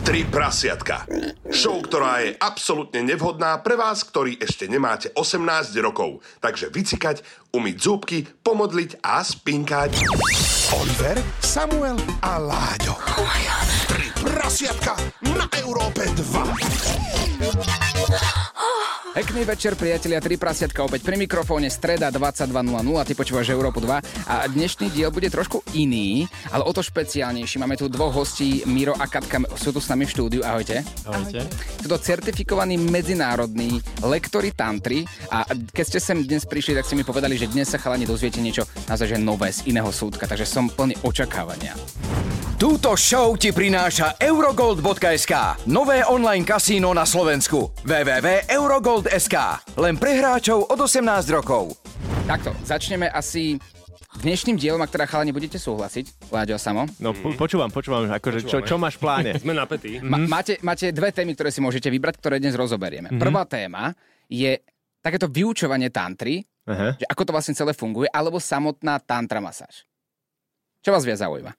Tri prasiatka. Show, ktorá je absolútne nevhodná pre vás, ktorí ešte nemáte 18 rokov. Takže vycikať, umyť zúbky, pomodliť a spinkať. Oliver, Samuel a Láďo. Tri prasiatka na Európe 2. Pekný večer, priatelia, Tri prasiatka opäť pri mikrofóne, streda 22.00, ty počúvaš Európu 2 a dnešný diel bude trošku iný, ale o to špeciálnejší. Máme tu dvoch hostí, Miro a Katka, sú tu s nami v štúdiu, ahojte. Ahojte. Sú to certifikovaní medzinárodní lektori tantry a keď ste sem dnes prišli, tak ste mi povedali, že dnes sa chalani dozviete niečo naozaj nové z iného súdka, takže som plný očakávania. Túto show ti prináša Eurogold.sk, nové online kasíno na Slovensku. www.eurogold.sk, len pre hráčov od 18 rokov. Takto, začneme asi dnešným dielom, ak teda chalani budete súhlasiť, Láďo a Samo. No počúvam, akože čo máš v pláne? Sme napätí. Máte dve témy, ktoré si môžete vybrať, ktoré dnes rozoberieme. Prvá téma je takéto vyučovanie tantry, že ako to vlastne celé funguje, alebo samotná tantra masáž. Čo vás viac zaujíma?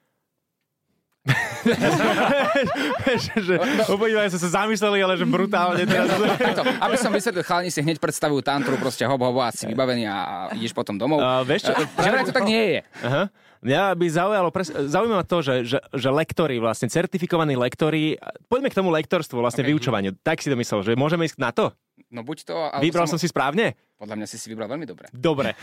Obidva sa zamysleli, ale že brutálne teraz. Takto, aby som vysvetlil, chalani si hneď predstavujú tantru, proste hop a si vybavený a ideš potom domov. Vieš čo? Že to tak nie je. Aha. Mňa by zaujíma to, že lektori, vlastne certifikovaní lektori, poďme k tomu lektorstvu, vlastne vyučovaniu. Tak si to myslel, že môžeme ísť na to? No buď to... Vybral som si správne? Podľa mňa si vybral veľmi dobre. Dobre.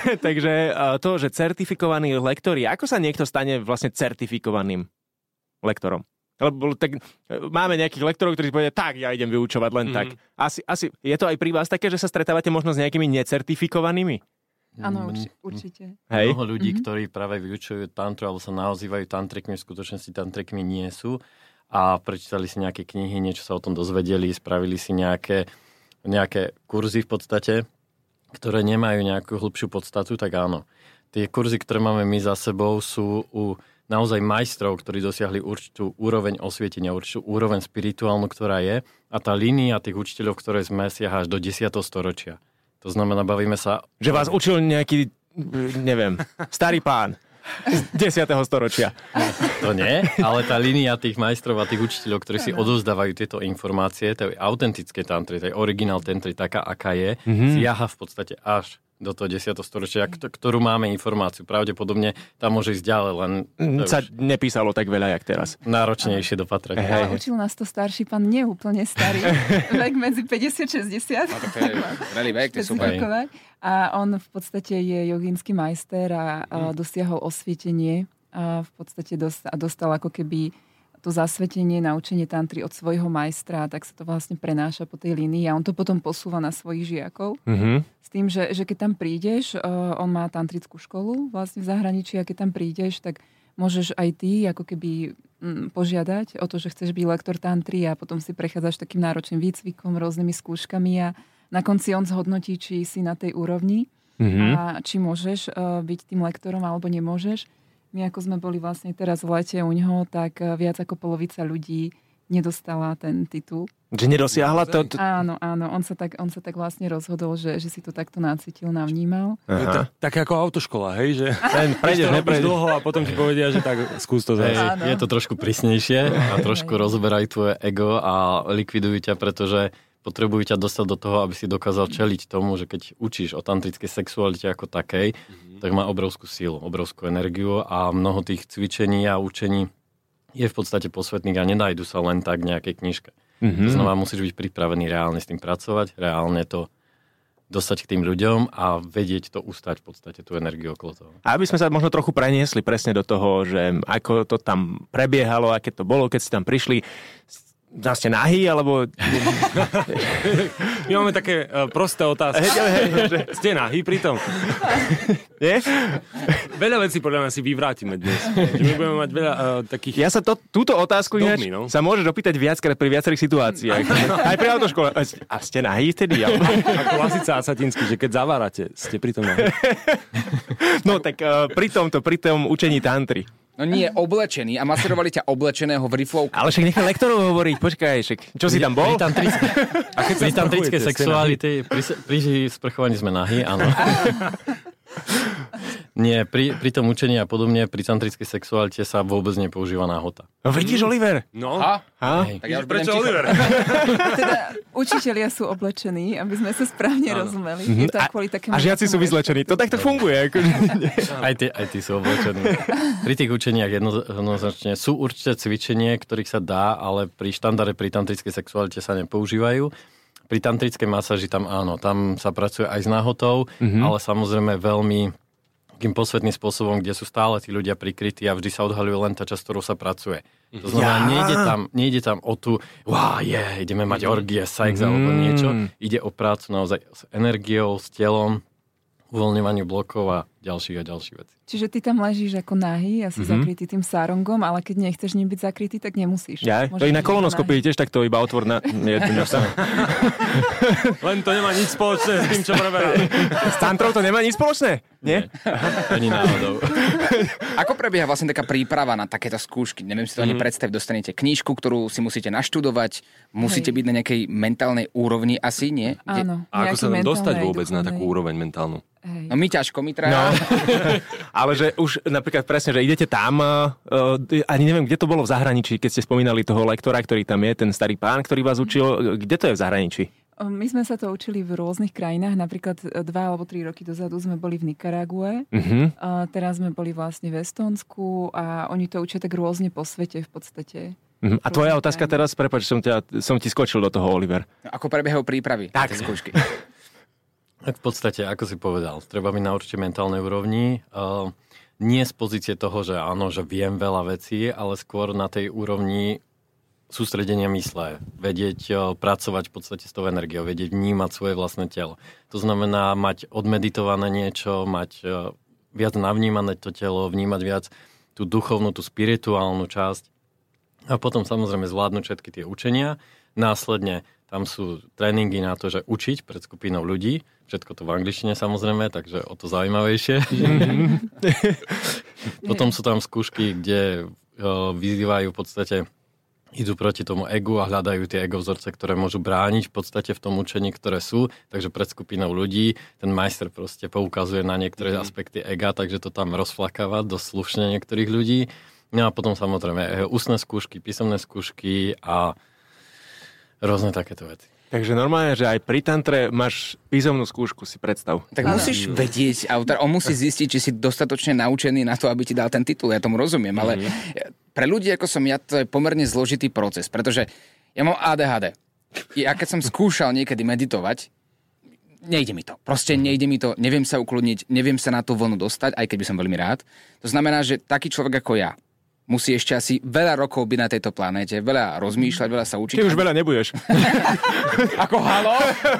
Takže to, že certifikovaní lektori, ako sa niekto stane vlastne certifikovaným lektorom? Lebo tak máme nejakých lektorov, ktorí povedia, tak ja idem vyučovať len tak. Asi je to aj pri vás také, že sa stretávate možno s nejakými necertifikovanými? Áno, určite. Hej. Mnoho ľudí, ktorí práve vyučujú tantru alebo sa nazývajú tantrikmi, v skutočnosti tantrikmi nie sú a prečítali si nejaké knihy, niečo sa o tom dozvedeli, spravili si nejaké kurzy v podstate, ktoré nemajú nejakú hlbšiu podstatu, tak áno. Tie kurzy, ktoré máme my za sebou, sú u naozaj majstrov, ktorí dosiahli určitú úroveň osvietenia, určitú úroveň spirituálnu, ktorá je, a tá línia tých učiteľov, ktoré sme, siaha až do 10. storočia. To znamená, bavíme sa... Že vás učil nejaký, neviem, starý pán z 10. storočia. To nie, ale tá línia tých majstrov a tých učiteľov, ktorí si odovzdávajú tieto informácie, tej autentické tantry, tej originál tantry, taká, aká je, siaha v podstate až do toho 10. storočia, ktorú máme informáciu. Pravdepodobne tam môže ísť ďalej, len... Sa nepísalo tak veľa, jak teraz. Náročnejšie dopatrať. A učil nás to starší pán, neúplne starý. Vek medzi 50-60. No, to je veľmi vek, to je super. A on v podstate je jogínsky majster a dosiahol osvietenie a v podstate dostal ako keby to zasvetenie, naučenie tantry od svojho majstra, tak sa to vlastne prenáša po tej línii a on to potom posúva na svojich žiakov. S tým, že keď tam prídeš, on má tantrickú školu vlastne v zahraničí a keď tam prídeš, tak môžeš aj ty ako keby požiadať o to, že chceš byť lektor tantry a potom si prechádzaš takým náročným výcvikom, rôznymi skúškami a na konci on zhodnotí, či si na tej úrovni a či môžeš byť tým lektorom alebo nemôžeš. My ako sme boli vlastne teraz v lete u ňoho, tak viac ako polovica ľudí nedostala ten titul. Že nedosiahla to? Áno, on sa tak vlastne rozhodol, že si to takto nacítil, navnímal. Tak ako autoškola, hej, že prejdeš dlho a potom ti povedia, že tak skús to zase. Je to trošku prísnejšie a trošku rozberajú tvoje ego a likvidujú ťa, pretože potrebujú ťa dostať do toho, aby si dokázal čeliť tomu, že keď učíš o tantrickej sexualite ako takej, tak má obrovskú sílu, obrovskú energiu a mnoho tých cvičení a učení je v podstate posvetných a nenájdu sa len tak v nejakej knižke. To znamená, musíš byť pripravený reálne s tým pracovať, reálne to dostať k tým ľuďom a vedieť to ustať v podstate tú energiu okolo toho. A aby sme sa možno trochu preniesli presne do toho, že ako to tam prebiehalo, aké to bolo, keď ste tam prišli. Ste nahý, alebo... My máme také prosté otázky. Ste nahý pritom? Nie? Veľa vecí podľa mňa si vyvrátime dnes. My budeme mať veľa takých... Ja sa túto otázku dogmy, sa môžeš opýtať viackrát pri viacerých situáciách. Aj pri autoškole. A ste nahý vtedy? Ako Lasica a Satinsky, že keď zavárate, ste pritom nahý. No tak pri tom učení tantry. No nie, oblečený a maserovali ťa oblečeného v riflovku. Ale však nechaj lektorov hovoriť, počkaj, čo si tam bol? Pri tantrické sexuality, pri sprchovaní sme nahý, áno. Nie, pri tom učení a podobne, pri tantrickej sexualite sa vôbec nepoužíva náhota. Vidíš, Oliver? No. Tak ja už budem ticho. Oliver? Teda učitelia sú oblečení, aby sme sa správne rozumeli. Je to kvôli takému... A žiaci sú vyzlečení. To takto funguje. Akože. Aj tí sú oblečení. Pri tých učeniach jednoznačne sú určite cvičenie, ktorých sa dá, ale pri štandarde pri tantrickej sexualite sa nepoužívajú. Pri tantrickej masáži tam áno, tam sa pracuje aj s náhotou, ale samozrejme veľmi takým posvetným spôsobom, kde sú stále tí ľudia prikrytí a vždy sa odhaľuje len tá časť, ktorou sa pracuje. To znamená, nejde tam o tú ideme mať orgie, sex alebo niečo. Ide o prácu naozaj s energiou, s telom, uvoľňovaniu blokov a ďalších veci. Čiže ty tam ležíš ako nahý a si zakrytý tým sarongom, ale keď nechceš ním byť zakrytý, tak nemusíš. Ja, to i na kolonoskopii tiež takto iba otvor na jednu sa. Len to nemá nič spoločné s tým, čo preberá. S tantrou to nemá nič spoločné? Nie? Ani náhodou. Ako prebieha vlastne taká príprava na takéto skúšky? Neviem si to ani predstaviť. Dostanete knižku, ktorú si musíte naštudovať, musíte byť na nejakej mentálnej úrovni asi, nie? Áno. A ako sa tam dostať vôbec na takú úroveň mentálnu? No my ťažko, my traja. Ale že už napríklad presne, že idete tam, ani neviem, kde to bolo v zahraničí, keď ste spomínali toho lektora, ktorý tam je, ten starý pán, ktorý vás učil, kde to je v zahraničí? My sme sa to učili v rôznych krajinách, napríklad 2 alebo 3 roky dozadu sme boli v Nikarague, teraz sme boli vlastne v Estónsku a oni to učia tak rôzne po svete v podstate. A tvoja otázka teraz, prepáč, som ti skočil do toho, Oliver. Ako prebiehajú prípravy na tie skúšky? Tak v podstate, ako si povedal, treba byť na určite mentálnej úrovni. Nie z pozície toho, že áno, že viem veľa vecí, ale skôr na tej úrovni sústredenia mysle. Vedieť pracovať v podstate s tou energiou, vedieť vnímať svoje vlastné telo. To znamená mať odmeditované niečo, mať viac navnímané to telo, vnímať viac tú duchovnú, tú spirituálnu časť. A potom samozrejme zvládnuť všetky tie učenia. Následne tam sú tréningy na to, že učiť pred skupinou ľudí. Všetko to v angličtine samozrejme, takže o to zaujímavejšie. Potom sú tam skúšky, kde vyzývajú v podstate, idú proti tomu egu a hľadajú tie ego vzorce, ktoré môžu brániť v podstate v tom učení, ktoré sú. Takže pred skupinou ľudí ten majster proste poukazuje na niektoré aspekty ega, takže to tam rozflakáva dosť slušne niektorých ľudí. No a potom samozrejme ústne skúšky, písomné skúšky a rôzne takéto veci. Takže normálne, že aj pri tantre máš písomnú skúšku, si predstav. Tak musíš vedieť, autor, on musí zistiť, či si dostatočne naučený na to, aby ti dal ten titul. Ja tomu rozumiem, ale pre ľudí, ako som ja, to je pomerne zložitý proces, pretože ja mám ADHD. Ja keď som skúšal niekedy meditovať, nejde mi to. Proste nejde mi to, neviem sa ukludniť, neviem sa na tú vlnu dostať, aj keď by som veľmi rád. To znamená, že taký človek ako ja musí ešte asi veľa rokov byť na tejto planéte, veľa rozmýšľať, veľa sa učiť. Ty už veľa nebudeš. Ako halo?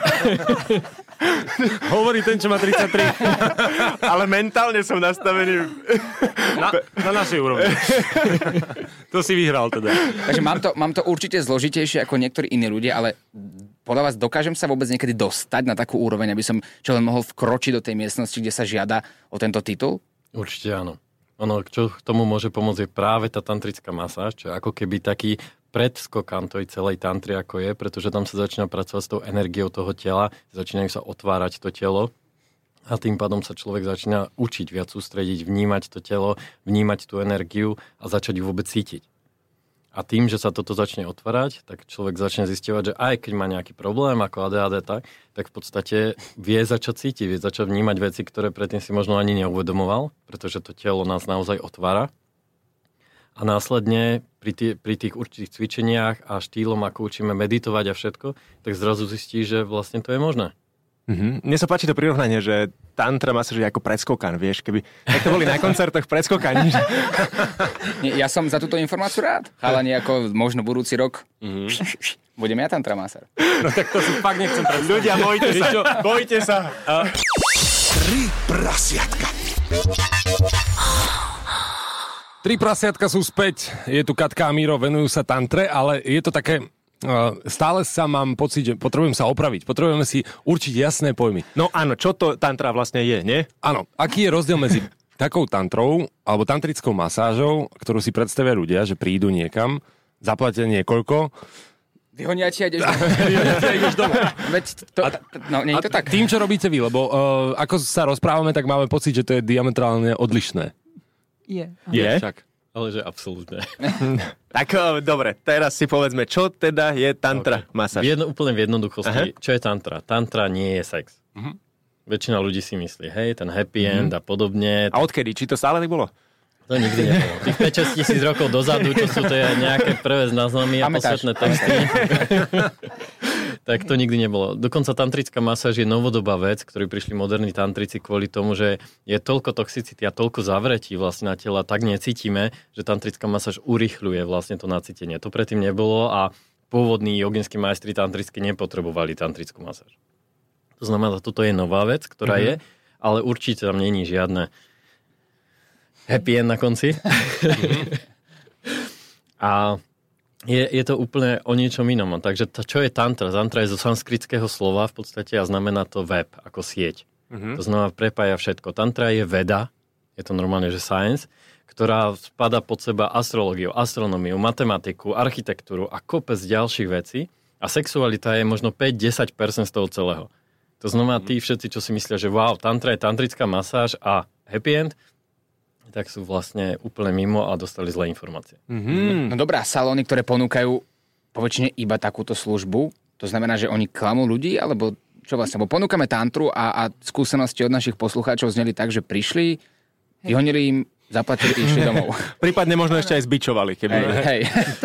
Hovorí ten, čo má 33. Ale mentálne som nastavený. Na našej úrovni. To si vyhral teda. Takže mám to určite zložitejšie ako niektorí iní ľudia, ale podľa vás dokážem sa vôbec niekedy dostať na takú úroveň, aby som čo len mohol vkročiť do tej miestnosti, kde sa žiada o tento titul? Určite áno. Ono, čo k tomu môže pomôcť, je práve tá tantrická masáž, čo je ako keby taký predskokan tej celej tantry, ako je, pretože tam sa začína pracovať s tou energiou toho tela, začínajú sa otvárať to telo a tým pádom sa človek začína učiť viac sústrediť, vnímať to telo, vnímať tú energiu a začať ju vôbec cítiť. A tým, že sa toto začne otvárať, tak človek začne zisťovať, že aj keď má nejaký problém ako ADHD, tak v podstate vie začať cítiť, vie začať vnímať veci, ktoré predtým si možno ani neuvedomoval, pretože to telo nás naozaj otvára. A následne pri tých určitých cvičeniach a štýlom, ako učíme meditovať a všetko, tak zrazu zistí, že vlastne to je možné. Mne sa páči to prirovnanie, že tantra masáž je ako predskokan, vieš, keby tak to boli na koncertoch predskokaní. Ja som za túto informáciu rád. Chalani, ako možno budúci rok budem ja tantra masár. No tak to si fakt nechcem predstaviť. Ľudia, bojte sa. 3 prasiatka. 3 prasiatka sú späť. Je tu Katka a Miro, venujú sa tantre, ale je to také... Stále sa mám pocit, že potrebujem sa opraviť. Potrebujeme si určiť jasné pojmy. No áno, čo to tantra vlastne je, nie? Áno, aký je rozdiel medzi takou tantrou alebo tantrickou masážou, ktorú si predstavia ľudia, že prídu niekam, zaplatia niekoľko, Vyhonia ti a ideš domov. Veď to, no, nie je to tak. Tým, čo robíte vy, lebo ako sa rozprávame, tak máme pocit, že to je diametrálne odlišné. Je. Však. Ale že absolútne. Tak dobre, teraz si povedzme, čo teda je tantra masáž? Úplne v jednoduchosti. Čo je tantra? Tantra nie je sex. Väčšina ľudí si myslí, hej, ten happy end a podobne. A odkedy? Či to stále nebolo? To nikdy nebolo. Tých 5-6 tisíc rokov dozadu, čo sú to nejaké prvé záznamy a posvetné texty. Tak to nikdy nebolo. Dokonca tantrická masáž je novodobá vec, ktorú prišli moderní tantrici kvôli tomu, že je toľko toxicity a toľko zavretí vlastne na tela, tak necítime, že tantrická masáž urýchľuje vlastne to nacítenie. To predtým nebolo a pôvodní joginskí majstri tantricky nepotrebovali tantrickú masáž. To znamená, toto je nová vec, ktorá je, ale určite tam není žiadne happy end na konci. A je to úplne o niečom inom. Takže čo je tantra? Tantra je zo sanskritského slova v podstate a znamená to web, ako sieť. To znamená prepája všetko. Tantra je veda, je to normálne, že science, ktorá spada pod seba astrológiu, astronómiu, matematiku, architektúru a kopec ďalších vecí. A sexualita je možno 5-10% z toho celého. To znamená, tí všetci, čo si myslia, že wow, tantra je tantrická masáž a happy end, tak sú vlastne úplne mimo a dostali zlé informácie. No dobrá, salóny, ktoré ponúkajú poväčšine iba takúto službu, to znamená, že oni klamú ľudí, alebo čo vlastne? Bo ponúkame tantru a skúsenosti od našich poslucháčov zneli tak, že prišli, vyhonili im, zaplatili, išli domov. Prípadne možno ešte aj zbičovali. Keby... Hej.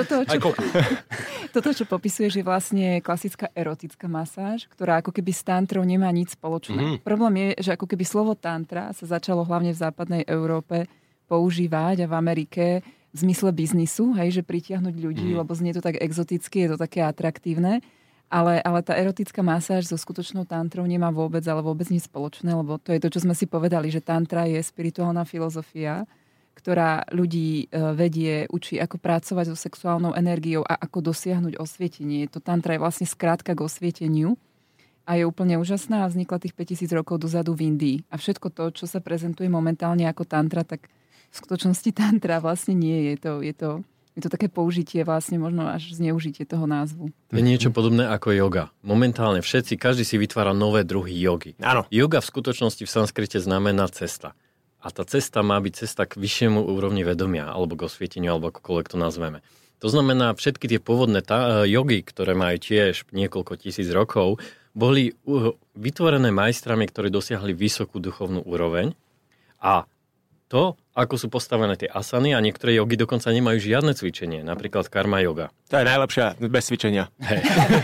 Toto, čo popisuješ, je vlastne klasická erotická masáž, ktorá ako keby s tantrou nemá nič spoločné. Problém je, že ako keby slovo tantra sa začalo hlavne v západnej Európe používať a v Amerike v zmysle biznisu, hej, že pritiahnuť ľudí, lebo znie to tak exoticky, je to také atraktívne. Ale tá erotická masáž so skutočnou tantrou nemá vôbec nič spoločné, lebo to je to, čo sme si povedali, že tantra je spirituálna filozofia, ktorá ľudí vedie, učí, ako pracovať so sexuálnou energiou a ako dosiahnuť osvietenie. To tantra je vlastne skrátka k osvieteniu a je úplne úžasná a vznikla tých 5000 rokov dozadu v Indii. A všetko to, čo sa prezentuje momentálne ako tantra, tak v skutočnosti tantra vlastne nie je. Je to také použitie vlastne, možno až zneužitie toho názvu. To je niečo podobné ako yoga. Momentálne každý si vytvára nové druhy jogy. Áno. Yoga v skutočnosti v sanskrite znamená cesta. A tá cesta má byť cesta k vyššiemu úrovni vedomia, alebo k osvieteniu, alebo akokoľvek to nazveme. To znamená, všetky tie pôvodné jogy, ktoré majú tiež niekoľko tisíc rokov, boli vytvorené majstrami, ktorí dosiahli vysokú duchovnú úroveň. A to, ako sú postavené tie asany a niektoré jogy dokonca nemajú žiadne cvičenie, napríklad karma yoga. To je najlepšia bez cvičenia. Hej.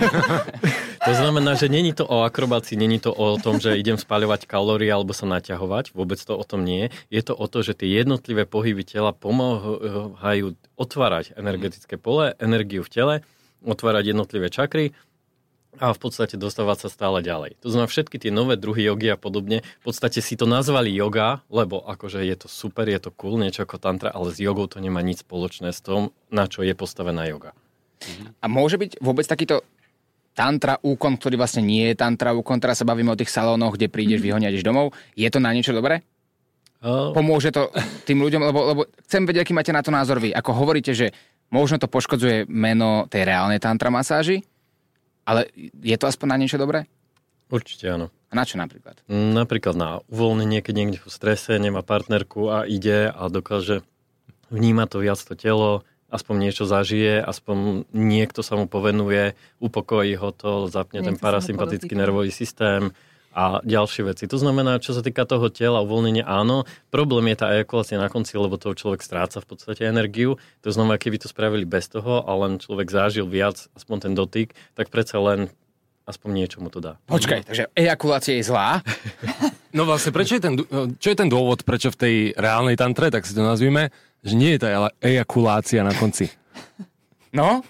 To znamená, že není to o akrobácii, není to o tom, že idem spaľovať kalórie alebo sa naťahovať, vôbec to o tom nie je. Je to o to, že tie jednotlivé pohyby tela pomáhajú otvárať energetické pole, energiu v tele, otvárať jednotlivé čakry a v podstate dostávať sa stále ďalej. To znamená, všetky tie nové druhy jogy a podobne, v podstate si to nazvali yoga, lebo akože je to super, je to cool, niečo ako tantra, ale s jogou to nemá nič spoločné s tom, na čo je postavená yoga. A môže byť vôbec takýto tantra úkon, ktorý vlastne nie je tantra úkon, teraz sa bavíme o tých salónoch, kde prídeš, vyhoniať domov. Je to na niečo dobré? Pomôže to tým ľuďom, lebo chcem vedieť, aký máte na to názor vy. Ako hovoríte, že možno to poškodzuje meno tej reálnej tantra masáži, ale je to aspoň na niečo dobré? Určite áno. A na čo napríklad? Napríklad na uvoľnenie, keď niekde v strese, nemá partnerku a ide a dokáže vnímať to viac to telo, aspoň niečo zažije, aspoň niekto sa mu povenuje, upokojí ho to, zapne ten parasympatický nervový systém a ďalšie veci. To znamená, čo sa týka toho tela, uvoľnenie áno, problém je tá ejakulácia na konci, lebo toho človek stráca v podstate energiu. To znamená, keby to spravili bez toho a len človek zažil viac, aspoň ten dotyk, tak predsa len aspoň niečo mu to dá. Počkaj, takže ejakulácia je zlá? No vlastne, čo je ten dôvod, prečo v tej reálnej tantre, tak si to nazvime, že nie je tá ejakulácia na konci? No?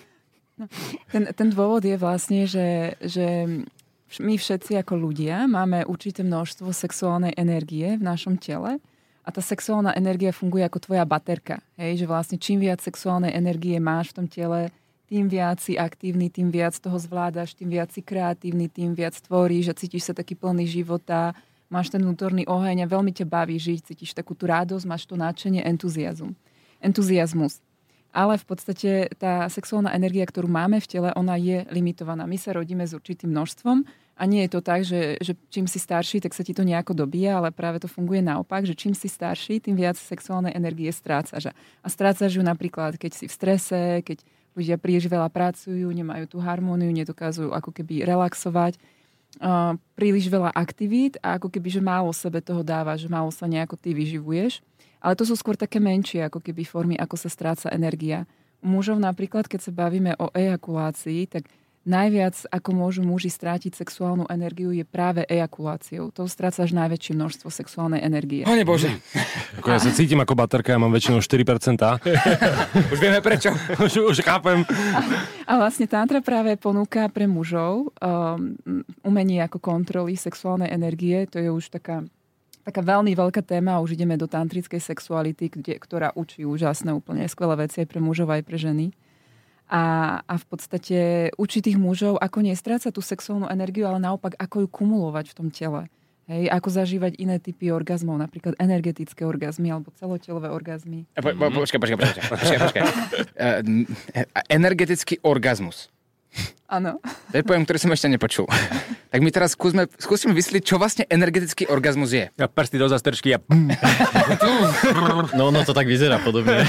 Ten dôvod je vlastne, že my všetci ako ľudia máme určité množstvo sexuálnej energie v našom tele a tá sexuálna energia funguje ako tvoja baterka. Hej? Že vlastne čím viac sexuálnej energie máš v tom tele, tým viac si aktívny, tým viac toho zvládaš, tým viac si kreatívny, tým viac tvoríš a cítiš sa taký plný života, máš ten vnútorný oheň a veľmi ťa baví žiť, cítiš takú tú radosť, máš to nadšenie, entuziazmus. ale v podstate tá sexuálna energia, ktorú máme v tele, ona je limitovaná. My sa rodíme s určitým množstvom a nie je to tak, že čím si starší, tak sa ti to nejako dobíja, ale práve to funguje naopak, že čím si starší, tým viac sexuálnej energie strácaš. A strácaš ju napríklad, keď si v strese, keď ľudia príliš veľa pracujú, nemajú tú harmóniu, nedokážu ako keby relaxovať, príliš veľa aktivít a ako keby, že málo sebe toho dávaš, že málo sa nejako ty vyživuješ. Ale to sú skôr také menšie ako keby formy, ako sa stráca energia. U mužov napríklad, keď sa bavíme o ejakulácii, tak najviac, ako môžu muži strátiť sexuálnu energiu, je práve ejakuláciou. To strácaš najväčšie množstvo sexuálnej energie. Pane Bože. Ja sa cítim ako baterka, ja mám väčšinou 4%. Už vieme prečo. už chápem. A vlastne tantra práve ponúka pre mužov umenie ako kontroly sexuálnej energie. To je už taká veľmi veľká téma a už ideme do tantrickej sexuality, ktorá učí úžasné, úplne skvelé veci aj pre mužov, aj pre ženy. A v podstate učí tých mužov, ako nestrácať tú sexuálnu energiu, ale naopak, ako ju kumulovať v tom tele. Hej, ako zažívať iné typy orgazmov, napríklad energetické orgazmy alebo celotelové orgazmy. Počkaj. Energetický orgazmus. Áno. To je pojem, ktorý som ešte nepočul. Tak my teraz skúsime vysvetliť, čo vlastne energetický orgazmus je. A prsty do zastrčky a... No, to tak vyzerá podobne.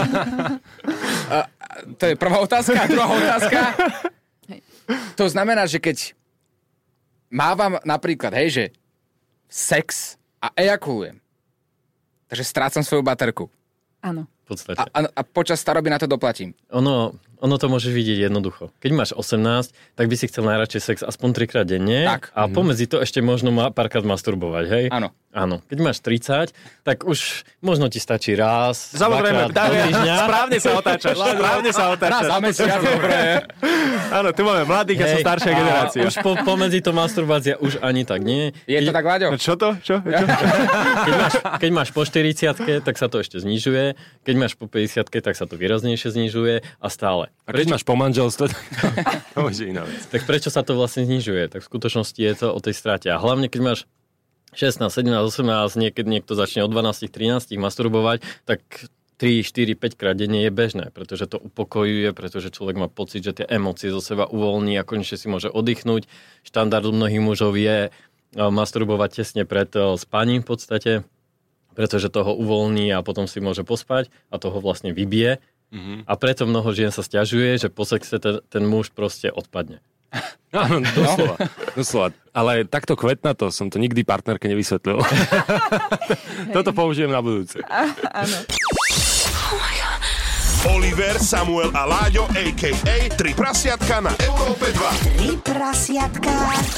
To je prvá otázka. Druhá otázka. To znamená, že keď mávam napríklad, že sex a ejakulujem, takže strácam svoju baterku. Áno. V podstate. A počas staroby na to doplatím. Ono to môžeš vidieť jednoducho. Keď máš 18, tak by si chcel najradšej sex aspoň 3-krát denne tak. A pomedzi to ešte možno párkrát masturbovať, hej? Áno. Keď máš 30, tak už možno ti stačí raz, samozrejme, dvakrát do týždňa. Správne sa otáčaš. Raz za mesiac, dobre. Áno, tu máme mladých a sú staršia generácia. Už pomedzi to masturbácia už ani tak nie. Je to tak, Láďo? Čo to? Čo? Keď máš po 40, tak sa to ešte znižuje. Keď máš po 50, tak sa to výraznejšie znižuje a stále. A keď máš po manželstve, to je iná vec. Tak prečo sa to vlastne znižuje? Tak v skutočnosti je to o tej strate. A hlavne, keď máš 16, 17, 18, niekto začne od 12, 13 masturbovať, tak 3, 4, 5 krát denne je bežné, pretože to upokojuje, pretože človek má pocit, že tie emócie zo seba uvoľní a konečne si môže oddychnúť. Štandard u mnohých mužov je masturbovať tesne pred spaním v podstate, pretože toho uvoľní a potom si môže pospať a toho vlastne vybije. A preto mnoho žien sa sťažuje, že po sexe ten muž proste odpadne. Áno, doslova. Ale takto kvetnato som to nikdy partnerke nevysvetlil. Toto použijem na budúce. Áno. Oliver, Samuel a Láďo, a.k.a. Tri prasiatka na Európe 2. Tri prasiatka.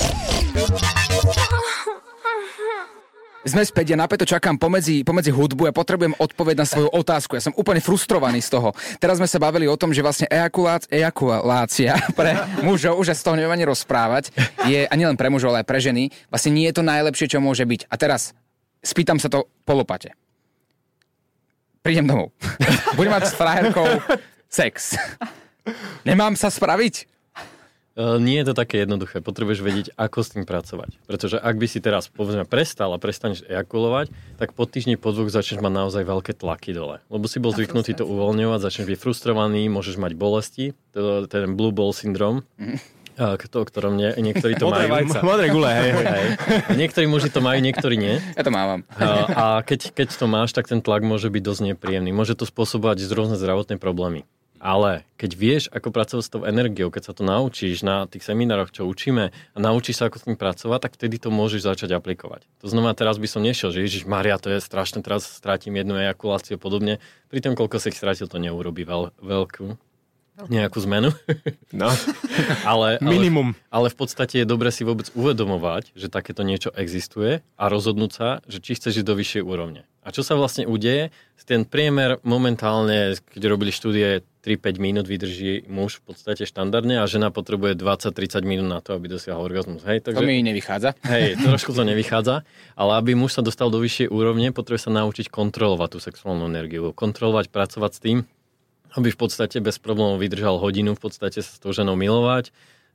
Sme späť, ja napäto čakám pomedzi hudbu a potrebujem odpoveď na svoju otázku. Ja som úplne frustrovaný z toho. Teraz sme sa bavili o tom, že vlastne ejakulácia pre mužov, už sa z toho neviem ani rozprávať, je, a nielen pre mužov, ale aj pre ženy, vlastne nie je to najlepšie, čo môže byť. A teraz spýtam sa to po lopate. Prídem domov. Budem mať s frajerkou sex. Nemám sa spraviť? Nie je to také jednoduché. Potrebuješ vedieť, ako s tým pracovať. Pretože ak by si teraz, povedzme, prestal a prestaneš ejakulovať, tak po týždni, po dvoch začneš mať naozaj veľké tlaky dole. Lebo si bol zvyknutý to uvoľňovať, začneš byť frustrovaný, môžeš mať bolesti, ten blue ball syndrom, ktorom niektorí to majú. Modré gule, hej. Niektorí muži to majú, niektorí nie. Ja to mávam. A keď to máš, tak ten tlak môže byť dosť nepríjemný. Môže to spôsobovať rôzne zdravotné problémy. Ale keď vieš, ako pracovať s tou energiou, keď sa to naučíš na tých seminároch, čo učíme, a naučíš sa, ako s tým pracovať, tak vtedy to môžeš začať aplikovať. To znamená, teraz by som nešiel, že Ježiš Maria, to je strašné, teraz strátim jednu ejakuláciu a podobne. Pri tom, koľko si ich strátil, to neurobí veľkú nejakú zmenu. No. Minimum. Ale v podstate je dobre si vôbec uvedomovať, že takéto niečo existuje a rozhodnúť sa, že či chceš ísť do vyššej úrovne. A čo sa vlastne udeje? Ten priemer momentálne, keď robili štúdie, 3-5 minút vydrží muž v podstate štandardne a žena potrebuje 20-30 minút na to, aby dosiahol orgazmus. Hej, takže, to mi nevychádza. Hej, trošku to nevychádza, ale aby muž sa dostal do vyššej úrovne, potrebuje sa naučiť kontrolovať tú sexuálnu energiu, kontrolovať, pracovať s tým, aby v podstate bez problémov vydržal hodinu v podstate sa s tou ženou milovať,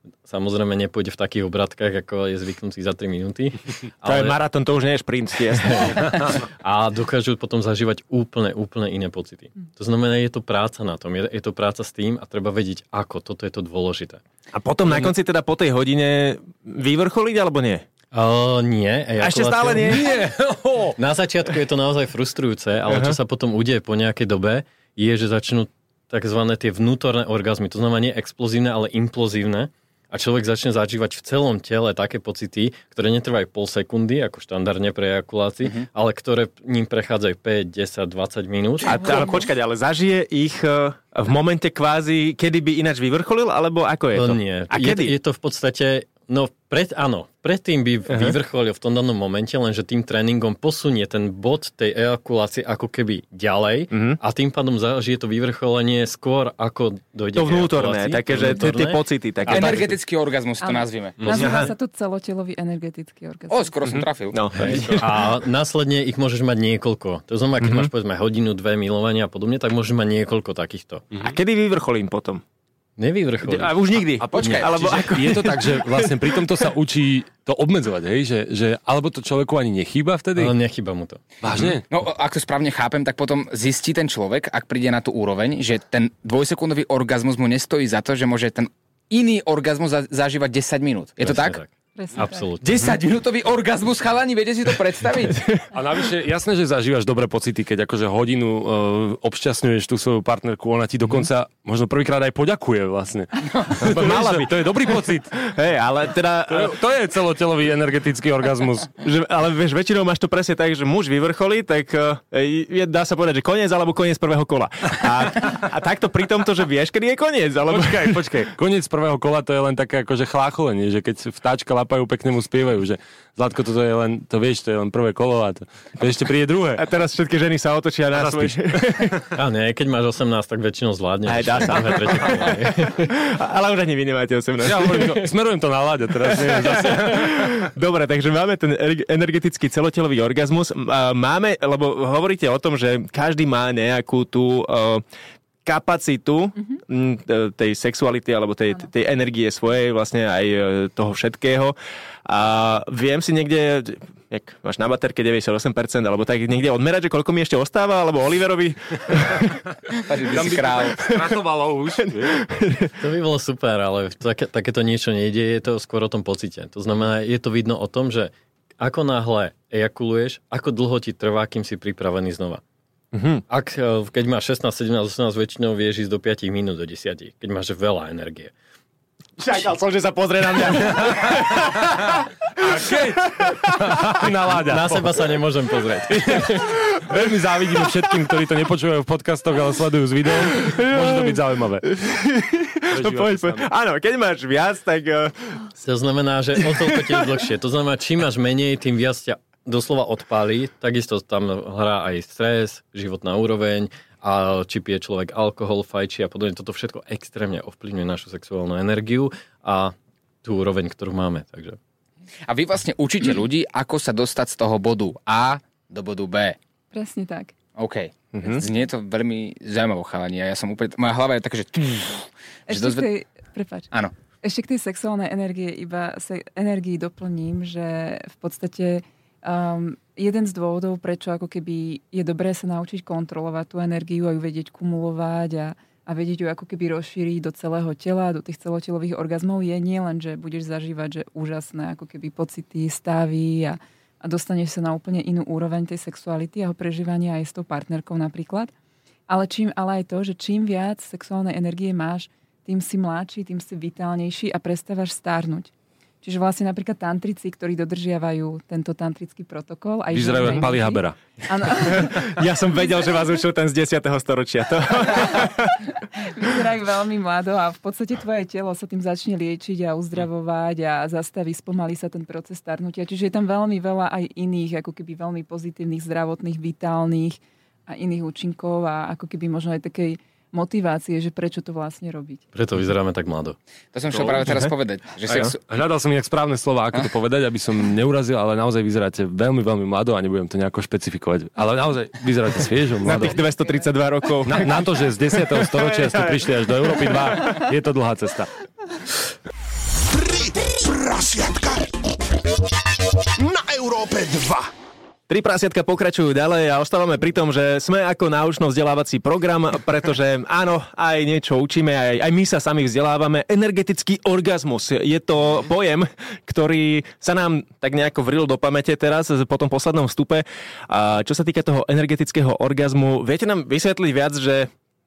Samozrejme nepôjde v takých obratkách, ako je zvyknutý za 3 minúty. To je maratón, to už nie je šprint, jasné. A dokážu potom zažívať úplne iné pocity. To znamená, je to práca na tom, je to práca s tým a treba vedieť, ako. Toto je to dôležité. A potom na konci teda po tej hodine vyvrcholiť, alebo nie? Nie. A ešte stále nie? Na začiatku je to naozaj frustrujúce, ale čo sa potom udeje po nejakej dobe, je, že začnú takzvané tie vnútorné orgazmy. To znamená nie explozívne, ale implozívne. A človek začne zažívať v celom tele také pocity, ktoré netrvajú pol sekundy, ako štandardne pre ejakulácii, ale ktoré ním prechádzajú 5, 10, 20 minút. Ale počkať, ale zažije ich v momente kvázi, kedy by ináč vyvrcholil, alebo ako je to? Nie. A kedy? Je to v podstate... Predtým by vyvrcholil v tom danom momente, lenže tým tréningom posunie ten bod tej ejakulácie ako keby ďalej a tým pádom zažije to vyvrcholenie skôr, ako dojde to vnútorné, také, že tie pocity. Také. Energetický orgazmus to nazvime. Nazýva sa to celotelový energetický orgazmus. Skoro som trafil. No. A následne ich môžeš mať niekoľko. To znamená, keď máš povedzme hodinu, 2 milovania a podobne, tak môžeš mať niekoľko takýchto. A kedy vyvrcholím potom? Nevyvrcholí. A už nikdy. A počkaj, alebo ako? Je to tak, že vlastne pri tomto sa učí to obmedzovať, hej? Že alebo to človeku ani nechýba vtedy? Ale nechýba mu to. Vážne? No, ak to správne chápem, tak potom zistí ten človek, ak príde na tú úroveň, že ten dvojsekundový orgazmus mu nestojí za to, že môže ten iný orgazmus zažívať 10 minút. Je to tak? Absolútne. 10-minútový orgazmus, chalani, viete si to predstaviť? A navyše, jasné, že zažívaš dobré pocity, keď akože hodinu obšťastňuješ tú svoju partnerku, ona ti dokonca možno prvýkrát aj poďakuje vlastne. Mala by. To je dobrý pocit. Hej, ale teda... To je celotelový energetický orgazmus. Ale vieš, väčšinou máš to presne tak, že muž vyvrcholí, tak dá sa povedať, že koniec alebo koniec prvého kola. A takto pri tomto, že vieš, kedy je koniec. Alebo... Počkaj. Koniec prvého kola to je len také akože chlácholenie, že keď vtáčka lapajú, pekne mu spievajú, že Zlatko, toto je len, to vieš, to je len prvé kolo a to ešte príde druhé. A teraz všetky ženy sa otočia na svoj... A nie, keď máš 18, tak väčšinou zvládneš. Aj dá sa. Ale už ani vy nemáte 18. Ja smerujem to na Láďa teraz. Zase. Dobre, takže máme ten energetický celotelový orgazmus. Máme, lebo hovoríte o tom, že každý má nejakú tú kapacitu tej sexuality alebo tej energie svojej, vlastne aj toho všetkého. A viem si niekde, jak máš na baterke 98%, alebo tak niekde odmerať, že koľko mi ešte ostáva, alebo Oliverovi. Tam by kratovalo už. To by bolo super, ale takéto niečo nejde, je to skôr o tom pocite. To znamená, je to vidno o tom, že ako náhle ejakuluješ, ako dlho ti trvá, kým si pripravený znova. Keď máš 16, 17, 18, väčšinou vieš ísť do 5 minút, do 10, keď máš veľa energie. Čakal som, že sa pozrie na mňa. Na seba sa nemôžem pozrieť. Veľmi závidím všetkým, ktorí to nepočúvajú v podcastoch, ale sledujú z videou. Môže to byť zaujímavé. Poď. Áno, keď máš viac, tak... To znamená, že o toľko ti je dlhšie. To znamená, čím máš menej, tým viac ťa doslova odpálí. Takisto tam hrá aj stres, životná úroveň, a či pije človek alkohol, fajčí a podobne. Toto všetko extrémne ovplyvňuje našu sexuálnu energiu a tú úroveň, ktorú máme. Takže. A vy vlastne učíte ľudí, ako sa dostať z toho bodu A do bodu B. Presne tak. OK. Znie to veľmi zaujímavo, chalani. Ja som úplne... Moja hlava je taká, že... Prepáč. Áno. Ešte k tej sexuálnej energii doplním, že v podstate jeden z dôvodov, prečo ako keby je dobré sa naučiť kontrolovať tú energiu a ju vedieť kumulovať a vedieť ju ako keby rozšíriť do celého tela, do tých celotelových orgazmov, je nie len, že budeš zažívať že úžasné ako keby pocity, stavy a dostaneš sa na úplne inú úroveň tej sexuality a prežívania aj s tou partnerkou napríklad. Ale aj to, že čím viac sexuálnej energie máš, tým si mladší, tým si vitálnejší a prestávaš stárnuť. Čiže vlastne napríklad tantrici, ktorí dodržiavajú tento tantrický protokol. Vyzerajú ako Pali Habera. Ja som vedel, že vás učil ten z 10. storočia. Vyzerajú veľmi mlado a v podstate tvoje telo sa tým začne liečiť a uzdravovať a zastaví, spomalí sa ten proces starnutia. Čiže je tam veľmi veľa aj iných, ako keby veľmi pozitívnych, zdravotných, vitálnych a iných účinkov a ako keby možno aj takej motivácie, že prečo to vlastne robiť. Preto vyzeráme tak mlado. To som chcel práve teraz povedať. Že hľadal som nejak správne slova, ako to povedať, aby som neurazil, ale naozaj vyzeráte veľmi, veľmi mlado a nebudem to nejako špecifikovať. Ale naozaj vyzeráte sviežo, mlado. Na tých 232 rokov. Na to, že z 10. storočia ste prišli až do Európy 2, je to dlhá cesta. prasiatka na Európe 2. Tri prasiatka pokračujú ďalej a ostávame pri tom, že sme ako náučno-vzdelávací program, pretože áno, aj niečo učíme, aj my sa sami vzdelávame. Energetický orgazmus je to pojem, ktorý sa nám tak nejako vril do pamäte teraz po tom poslednom vstupe. A čo sa týka toho energetického orgazmu, viete nám vysvetliť viac, že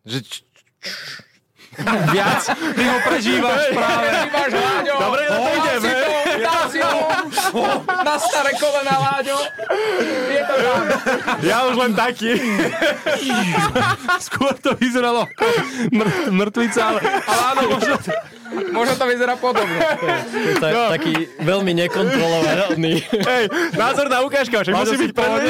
viac? Ty ho prežívaš práve. Dobre, na to ideme. Na staré kolena, Láďo. Je to tam. Ja už len taký. Skôr to vyzeralo ako mŕtvica, ale áno, Možno to vyzerá podobne. Taký veľmi nekontrolovaný. Hej, názorná ukážka, však musí byť prvý.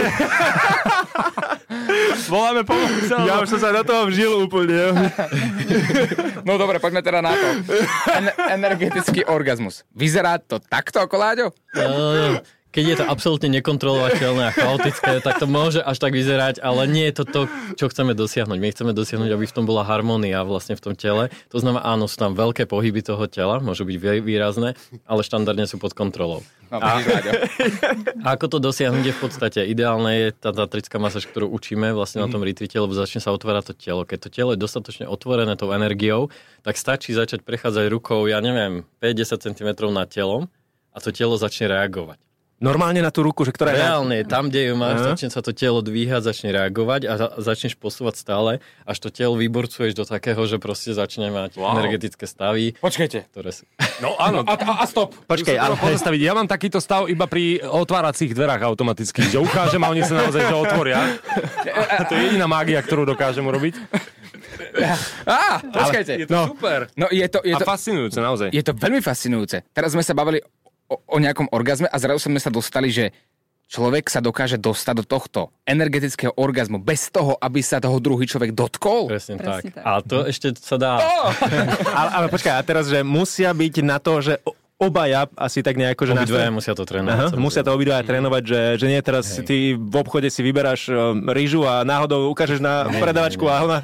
voláme pomoc. Ja už som sa do toho vžil úplne. No dobre, poďme teda na to. Energetický orgazmus. Vyzerá to takto, ako Láďo? Keď je to absolútne nekontrolovateľné a chaotické, tak to môže až tak vyzerať, ale nie je to to, čo chceme dosiahnuť. My chceme dosiahnuť, aby v tom bola harmónia vlastne v tom tele. To znamená, áno, sú tam veľké pohyby toho tela, môžu byť výrazné, ale štandardne sú pod kontrolou. No, a ako to dosiahnuť je v podstate ideálne je tá tantrická masáž, ktorú učíme vlastne na tom retreate, lebo začne sa otvárať to telo. Keď to telo je dostatočne otvorené tou energiou, tak stačí začať prechádzať rukou, ja neviem, 5-10 cm nad telom a to telo začne reagovať. Normálne na tú ruku, že ktorá je... Reálne, tam, kde ju máš, začne sa to telo dvíhať, začne reagovať a začneš posúvať stále, až to telo vyborcuješ do takého, že proste začne mať energetické stavy. Počkajte. Ktoré sú... No áno. A stop. Počkaj, ale... Pozastaviť. Ja mám takýto stav iba pri otváracích dverách automatických, že ukážem a oni sa naozaj že otvoria. A to je jediná mágia, ktorú dokážem urobiť. Počkajte. Je to super. No, je to fascinujúce, naozaj. Je to veľmi fascinujúce. Teraz sme sa bavili o nejakom orgazme a zrazu sme sa dostali, že človek sa dokáže dostať do tohto energetického orgazmu bez toho, aby sa toho druhý človek dotkol. Presne tak. A to ešte sa dá. Ale počkaj, a teraz, že musia byť na to, že obaja asi tak nejako, že... Obidvaja musia to trénovať. Musia to obidvaja trénovať, že nie teraz ty v obchode si vyberáš rýžu a náhodou ukážeš na predavačku a ona...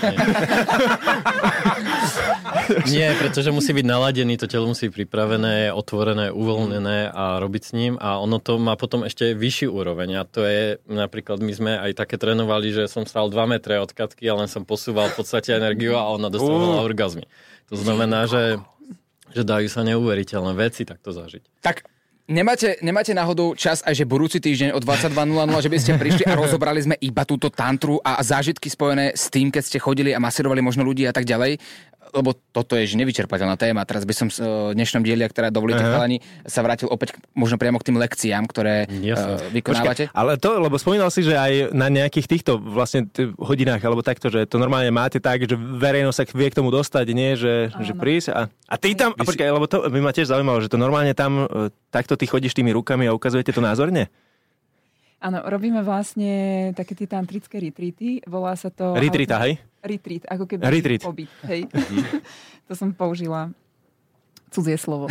Nie, pretože musí byť naladený, to telo musí byť pripravené, otvorené, uvoľnené a robiť s ním a ono to má potom ešte vyšší úroveň a to je, napríklad my sme aj také trénovali, že som stál 2 metre od Katky a len som posúval v podstate energiu a ona dostávala orgazmy. To znamená, že dajú sa neuveriteľné veci takto zažiť. Tak nemáte náhodou čas aj, že budúci týždeň o 22.00, že by ste prišli a rozobrali sme iba túto tantru a zážitky spojené s tým, keď ste chodili a masírovali možno ľudí a tak ďalej? Lebo toto je nevyčerpateľná téma. Teraz by som v dnešnom dieli, ak teda dovolíte chalani, sa vrátil opäť možno priamo k tým lekciám, ktoré vykonávate. Počkej, ale to, lebo spomínal si, že aj na nejakých týchto vlastne hodinách, alebo takto, že to normálne máte tak, že verejnosť sa vie k tomu dostať, nie? Že prísť a ty tam, a počkaj, lebo to by ma tiež zaujímalo, že to normálne tam takto ty chodíš tými rukami a ukazujete to názorne? Áno, robíme vlastne také tie tantrické retreaty. Volá sa to... Retreat, hej? Retreat, ako keby pobyt, hej. To som použila cudzie slovo.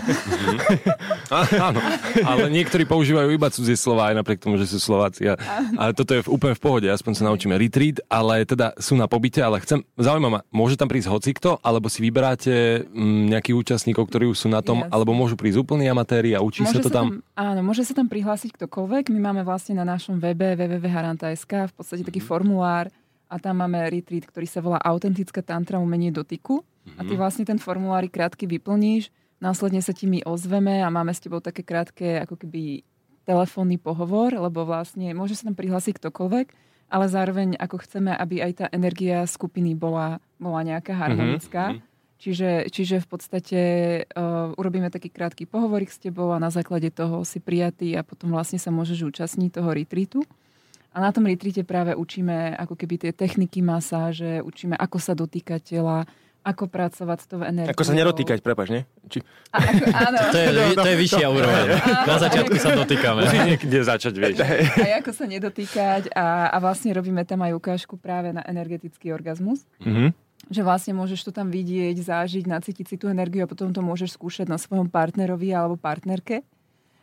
Áno, ale niektorí používajú iba cudzie slova, aj napriek tomu, že sú Slováci. A toto je úplne v pohode, aspoň sa naučíme retreat, ale teda sú na pobyte, ale zaujíma ma, môže tam prísť hocikto, alebo si vyberáte nejakých účastníkov, ktorí už sú na tom, alebo môžu prísť úplní amatéri a učí sa to tam? Áno, môže sa tam prihlásiť ktokoľvek. My máme vlastne na našom webe www.haranta.sk v podstate taký formulár a tam máme retreat, ktorý sa volá Autentická tantra umenie dotyku. A ty vlastne ten formulári krátky vyplníš, následne sa ti my ozveme a máme s tebou také krátke ako keby telefónny pohovor, lebo vlastne môže sa tam prihlásiť ktokoľvek, ale zároveň ako chceme, aby aj tá energia skupiny bola nejaká harmonická. Čiže v podstate urobíme taký krátky pohovorik s tebou a na základe toho si prijatý a potom vlastne sa môžeš účastniť toho retreatu. A na tom retreate práve učíme ako keby tie techniky masáže, učíme ako sa dotýkať tela, ako pracovať s tou energiou. Ako sa nedotýkať, prepáč, nie? Áno. To je vyššia úroveň. Na začiatku sa dotýkame. Musíš niekde začať, vieš. A ako sa nedotýkať a vlastne robíme tam aj ukážku práve na energetický orgazmus. Že vlastne môžeš to tam vidieť, zážiť, nacítiť si tú energiu a potom to môžeš skúšať na svojom partnerovi alebo partnerke.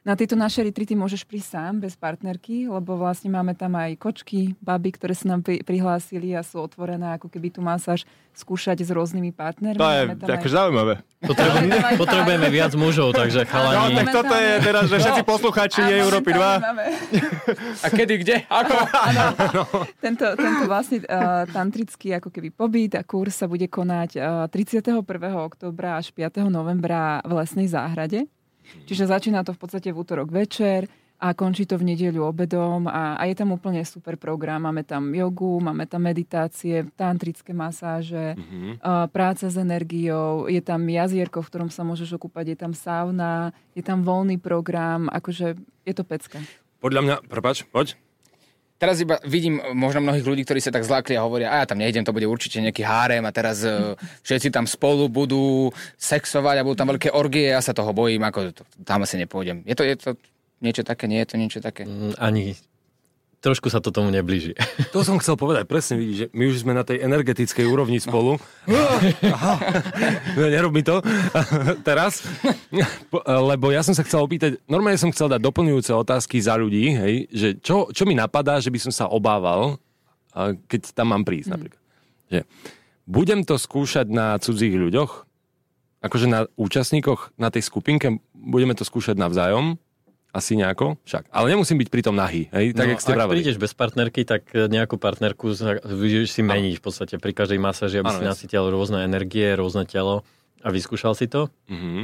Na tieto naše retreaty môžeš prísť sám, bez partnerky, lebo vlastne máme tam aj kočky, baby, ktoré sa nám prihlásili a sú otvorené, ako keby tú masáž skúšať s rôznymi partnermi. To je akože zaujímavé. Potrebujeme viac mužov, takže chalani... No, tak toto je teraz, že všetci poslucháči Európy 2. A kedy, kde, ako? Tento vlastne tantrický ako keby pobyt a kurz sa bude konať 31. októbra až 5. novembra v lesnej záhrade. Čiže začína to v podstate v útorok večer a končí to v nedeľu obedom a je tam úplne super program. Máme tam jogu, máme tam meditácie, tantrické masáže, práca s energiou, je tam jazierko, v ktorom sa môžeš okúpať, je tam sauna, je tam voľný program, akože je to pecka. Podľa mňa, prepáč, poď. Teraz iba vidím možno mnohých ľudí, ktorí sa tak zlákli a hovoria, ja tam nejdem, to bude určite nejaký hárem a teraz všetci tam spolu budú sexovať a budú tam veľké orgie, ja sa toho bojím, ako tam asi nepôjdem. Je to niečo také, nie je to niečo také? Ani trošku sa to tomu neblíži. To som chcel povedať, presne vidíš, že my už sme na tej energetickej úrovni spolu. Nerob mi to teraz. Lebo ja som sa chcel opýtať, normálne som chcel dať doplňujúce otázky za ľudí, hej, že čo mi napadá, že by som sa obával, keď tam mám prísť napríklad. Že budem to skúšať na cudzích ľuďoch, akože na účastníkoch, na tej skupinke, budeme to skúšať navzájom, asi nejako, však. Ale nemusím byť pritom nahý, hej? Tak, jak ste vraveli. Ak prídeš bez partnerky, tak nejakú partnerku si meníš v podstate pri každej masáži, aby si nasytil rôzne energie, rôzne telo a vyskúšal si to.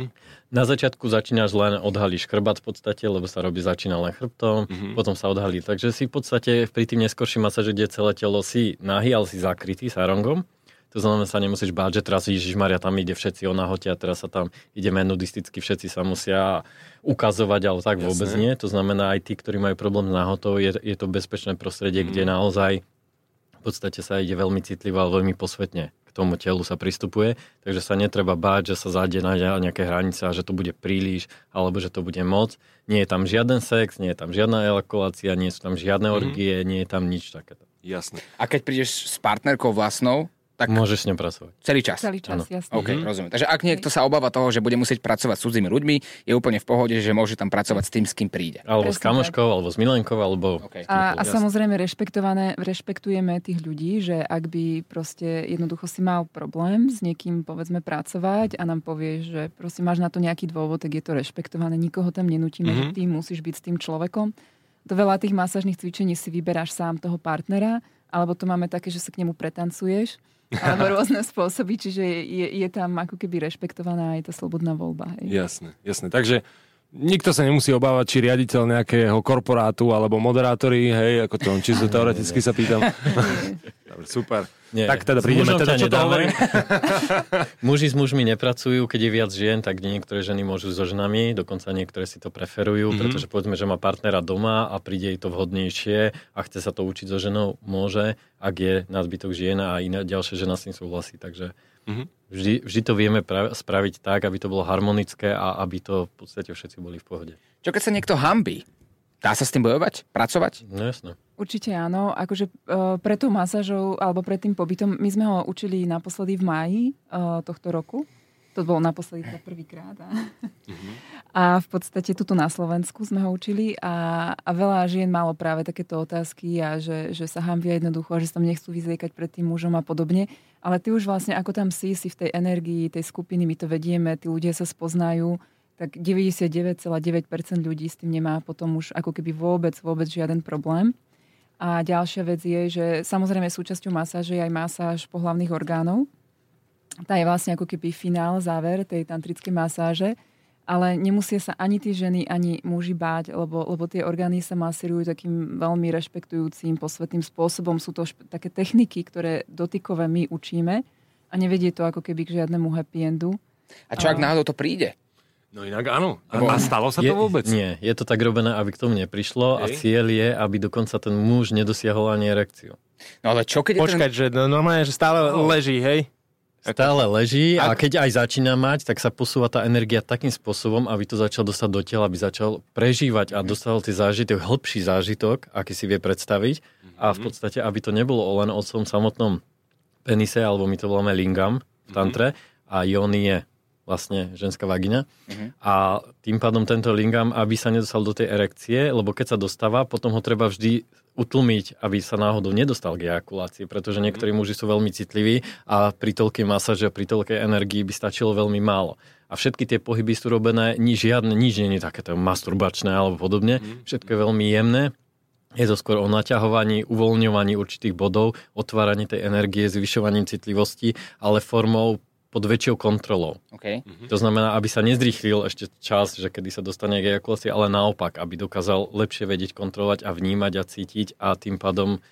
Na začiatku začínaš len odhalíš chrbát v podstate, lebo sa začína len chrbtom, potom sa odhalí. Takže si v podstate pri tým neskorším masáži, kde celé telo si nahý, ale si zakrytý sarongom. To znamená, sa nemusíš báť, že teraz Ježišmaria, tam ide všetci o nahote a teraz sa tam ideme nudisticky, všetci sa musia ukazovať, ale tak vôbec nie. To znamená, aj tí, ktorí majú problém s nahotou, je to bezpečné prostredie, kde naozaj v podstate sa ide veľmi citlivo a veľmi posvetne k tomu telu sa pristupuje, takže sa netreba báť, že sa zájde na nejaké hranice a že to bude príliš, alebo že to bude moc. Nie je tam žiaden sex, nie je tam žiadna ejakulácia, nie sú tam žiadne orgie, nie je tam nič takéto. Jasné. A keď prídeš s partnerkou vlastnou, tak môžeš s ňou pracovať. Celý čas? Celý čas, jasne. OK, rozumiem. Takže ak niekto sa obáva toho, že bude musieť pracovať s cudzými ľuďmi, je úplne v pohode, že môže tam pracovať s tým, s kým príde. Alebo s kamoškou, alebo s milenkou, alebo... Okay. A samozrejme rešpektujeme tých ľudí, že ak by proste jednoducho si mal problém s niekým, povedzme, pracovať a nám povieš, že prosím, máš na to nejaký dôvod, tak je to rešpektované. Nikoho tam nenútime, že ty musíš byť s tým človekom. Do veľa tých masážnych cvičení si vyberáš sám toho partnera, alebo to máme také, že sa k nemu pretancuješ. Alebo rôzne spôsoby, čiže je tam ako keby rešpektovaná aj tá slobodná voľba. Hej. Jasné. Takže nikto sa nemusí obávať, či riaditeľ nejakého korporátu alebo moderátori, hej, ako to, či to teoreticky sa pýtam. Dobre, super. Nie. Tak teda prídeme, teda čo to hovorí? Muži s mužmi nepracujú, keď je viac žien, tak niektoré ženy môžu so ženami, dokonca niektoré si to preferujú, pretože povedzme, že má partnera doma a príde jej to vhodnejšie a chce sa to učiť so ženou, môže, ak je nadbytok žien a iná ďalšia žena s tým súhlasí. Takže vždy to vieme spraviť tak, aby to bolo harmonické a aby to v podstate všetci boli v pohode. Čo keď sa niekto hanbí? Dá sa s tým bojovať? Pracovať? No jasné. Určite áno. Akože pre tú masážou alebo pred tým pobytom, my sme ho učili naposledy v máji tohto roku. To bolo naposledy to prvýkrát. A v podstate tuto na Slovensku sme ho učili a veľa žien malo práve takéto otázky a že sa hanbia jednoducho a že sa tam nechcú vyzliekať pred tým mužom a podobne. Ale ty už vlastne, ako tam si v tej energii, tej skupiny, my to vedieme, tí ľudia sa spoznajú, tak 99,9% ľudí s tým nemá potom už ako keby vôbec žiaden problém. A ďalšia vec je, že samozrejme súčasťou masáže je aj masáž pohlavných orgánov. Tá je vlastne ako keby finál, záver tej tantrickej masáže, ale nemusia sa ani tí ženy, ani muži báť, lebo tie orgány sa masírujú takým veľmi rešpektujúcim, posvetným spôsobom. Sú to také techniky, ktoré dotykové my učíme a nevedie to ako keby k žiadnemu happy endu. A čo ak náhodou to príde? No inak áno. A stalo sa to vôbec? Nie, je to tak robené, aby k tomu neprišlo a cieľ je, aby dokonca ten muž nedosiahol ani erekciu. No ale čo keď Počkať, že normálne, že stále leží, hej? Stále leží a keď aj začína mať, tak sa posúva tá energia takým spôsobom, aby to začal dostať do tela, aby začal prežívať a dostal ten zážitok, hĺbší zážitok, aký si vie predstaviť. A v podstate, aby to nebolo len o tom samotnom penise, alebo my to voláme lingam v tantre, a jóny je vlastne ženská vagina. A tým pádom tento lingam, aby sa nedostal do tej erekcie, lebo keď sa dostáva, potom ho treba vždy utlmiť, aby sa náhodou nedostal k ejakulácii, pretože niektorí muži sú veľmi citliví a pri toľkej masáži a pri toľkej energii by stačilo veľmi málo. A všetky tie pohyby sú robené, nič nie je takéto masturbačné alebo podobne. Všetko je veľmi jemné. Je to skôr o naťahovaní, uvoľňovaní určitých bodov, otváraní tej energie, zvyšovaním citlivosti, ale formou pod väčšou kontrolou. Okay. To znamená, aby sa nezrýchlil ešte čas, že kedy sa dostane k ejakulácii, ale naopak, aby dokázal lepšie vedieť kontrolovať a vnímať a cítiť a tým pádom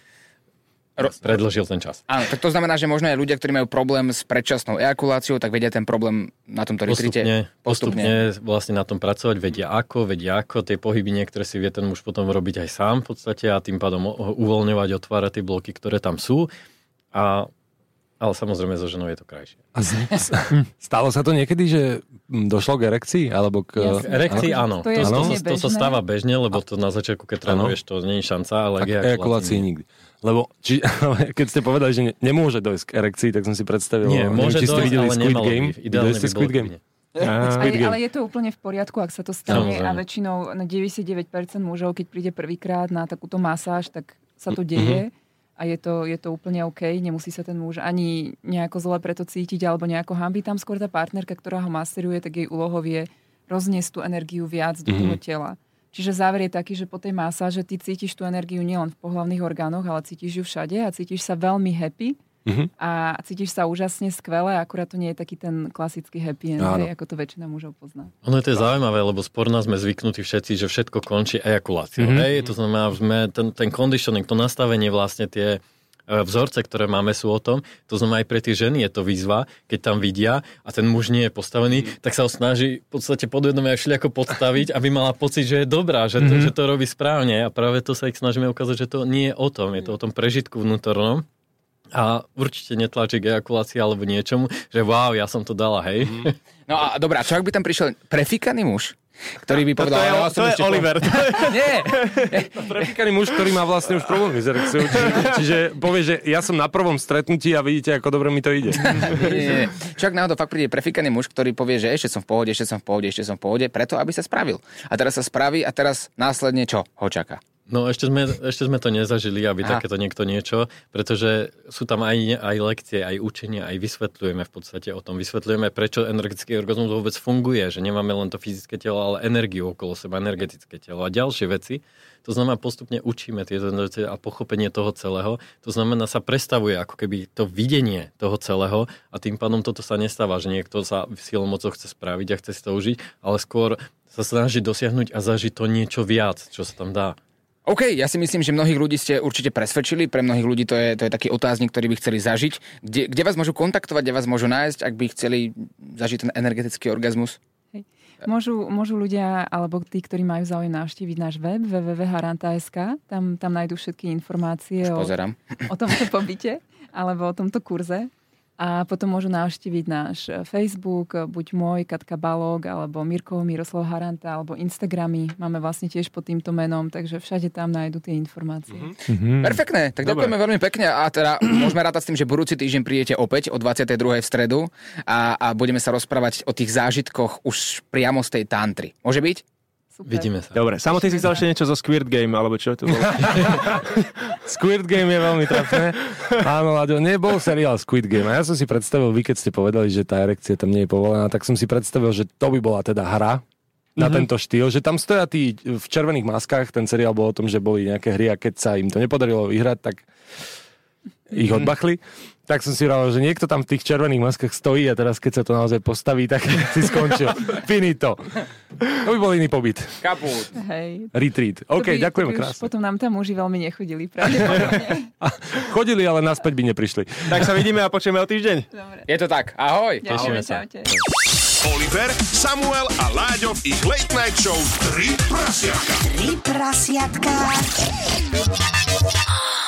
predĺžil ten čas. Áno, tak to znamená, že možno aj ľudia, ktorí majú problém s predčasnou ejakuláciou, tak vedia ten problém na tomto retrite postupne vlastne na tom pracovať, vedia ako, tie pohyby niektoré si vie ten muž potom robiť aj sám v podstate a tým pádom uvoľňovať, otvárať tie bloky, ktoré tam sú. Ale samozrejme so ženou je to krajšie. Stalo sa to niekedy, že došlo k erekcii? Alebo k erekcii áno. To sa stáva bežne, lebo to na začiatku, keď trénuješ, to nie je šanca, ale k ejakulácii nikdy. Lebo keď ste povedali, že nemôže dojsť k erekcii, tak som si predstavil... Nie, môže dojsť, ale nemalo by. Ideálne by Squid Game? Ale je to úplne v poriadku, ak sa to stane a väčšinou na 99% mužov, keď príde prvýkrát na takúto masáž, tak sa to deje. A je to úplne OK, nemusí sa ten muž ani nejako zle preto cítiť alebo nejako hanbiť. Tam skôr tá partnerka, ktorá ho maseruje, tak jej úlohou je rozniesť tú energiu viac do toho tela. Čiže záver je taký, že po tej masáže ty cítiš tú energiu nielen v pohlavných orgánoch, ale cítiš ju všade a cítiš sa veľmi happy a cítiš sa úžasne skvelé, akurát to nie je taký ten klasický happy end, ako to väčšina mužov pozná. Ono to je zaujímavé, lebo sporná sme zvyknutí všetci, že všetko končí ejakuláciou. To znamená, ten conditioning, to nastavenie vlastne tie vzorce, ktoré máme sú o tom, to znamená aj pre tie ženy je to výzva, keď tam vidia a ten muž nie je postavený, tak sa ho snaží v podstate podvedome aj všelijako podstaviť, aby mala pocit, že je dobrá, že to robí správne a práve to sa ich snažíme ukázať, že to nie je o tom, je to o tom prežitku vnútornom. A určite netlačí k ejakulácii alebo niečomu, že wow, ja som to dala, hej. No a dobrá, čo ak by tam prišiel prefikaný muž, ktorý by povedal... To je Oliver. Nie. Prefikaný muž, ktorý má vlastne už problémy s erekciou. Čiže povie, že ja som na prvom stretnutí a vidíte, ako dobre mi to ide. Nie. Čo ak náhodou fakt príde prefikaný muž, ktorý povie, že ešte som v pohode, preto aby sa spravil. A teraz sa spraví a teraz následne čo ho čaká? No ešte sme to nezažili, aby takéto niekto niečo, pretože sú tam aj lekcie, aj učenia, aj vysvetľujeme v podstate o tom. Vysvetľujeme, prečo energetický orgazmus vôbec funguje, že nemáme len to fyzické telo, ale energiu okolo seba, energetické telo a ďalšie veci. To znamená, postupne učíme tieto veci a pochopenie toho celého. To znamená, sa prestavuje ako keby to videnie toho celého a tým pádom toto sa nestáva, že niekto sa silou mocou chce spraviť a chce si to užiť, ale skôr sa snaží dosiahnuť a zažiť to niečo viac, čo sa tam dá. OK, ja si myslím, že mnohých ľudí ste určite presvedčili, pre mnohých ľudí to je taký otáznik, ktorý by chceli zažiť. Kde vás môžu kontaktovať, kde vás môžu nájsť, ak by chceli zažiť ten energetický orgazmus? Môžu ľudia, alebo tí, ktorí majú záujem navštíviť náš web www.haranta.sk, tam nájdú všetky informácie o tomto pobyte alebo o tomto kurze. A potom môžu navštíviť náš Facebook, buď môj, Katka Balog, alebo Mirkov, Miroslav Haranta, alebo Instagramy. Máme vlastne tiež pod týmto menom, takže všade tam nájdu tie informácie. Perfektné, tak ďakujeme veľmi pekne a teda môžeme rátať s tým, že budúci týždeň prídete opäť o 22. v stredu a budeme sa rozprávať o tých zážitkoch už priamo z tej tantry. Môže byť? Super. Vidíme sa. Dobre, samotný si chcel ešte niečo zo Squirt Game, alebo čo to bolo? Squid Game je veľmi trafné. Áno, Láďo, nebol seriál Squid Game. A ja som si predstavil, vy keď ste povedali, že tá erekcia tam nie je povolená, tak som si predstavil, že to by bola teda hra na tento štýl, že tam stoja tí v červených maskách, ten seriál bol o tom, že boli nejaké hry a keď sa im to nepodarilo vyhrať, tak ich odbachli. Tak som si hovoril, že niekto tam v tých červených maskách stojí a teraz keď sa to naozaj postaví, tak si skončil. Finito. To by bol iný pobyt. Kaput. Hej. Retreat. OK, ďakujem krásne. Potom nám tam muži veľmi nechodili, pravdepodobne. Chodili, ale naspäť by neprišli. Tak sa vidíme a počujeme o týždeň. Dobre. Je to tak. Ahoj. Ďakujeme, sa. čaute. Oliver, Samuel a Láďo v ich Late Night Show 3 prasiatka. 3 prasiatka.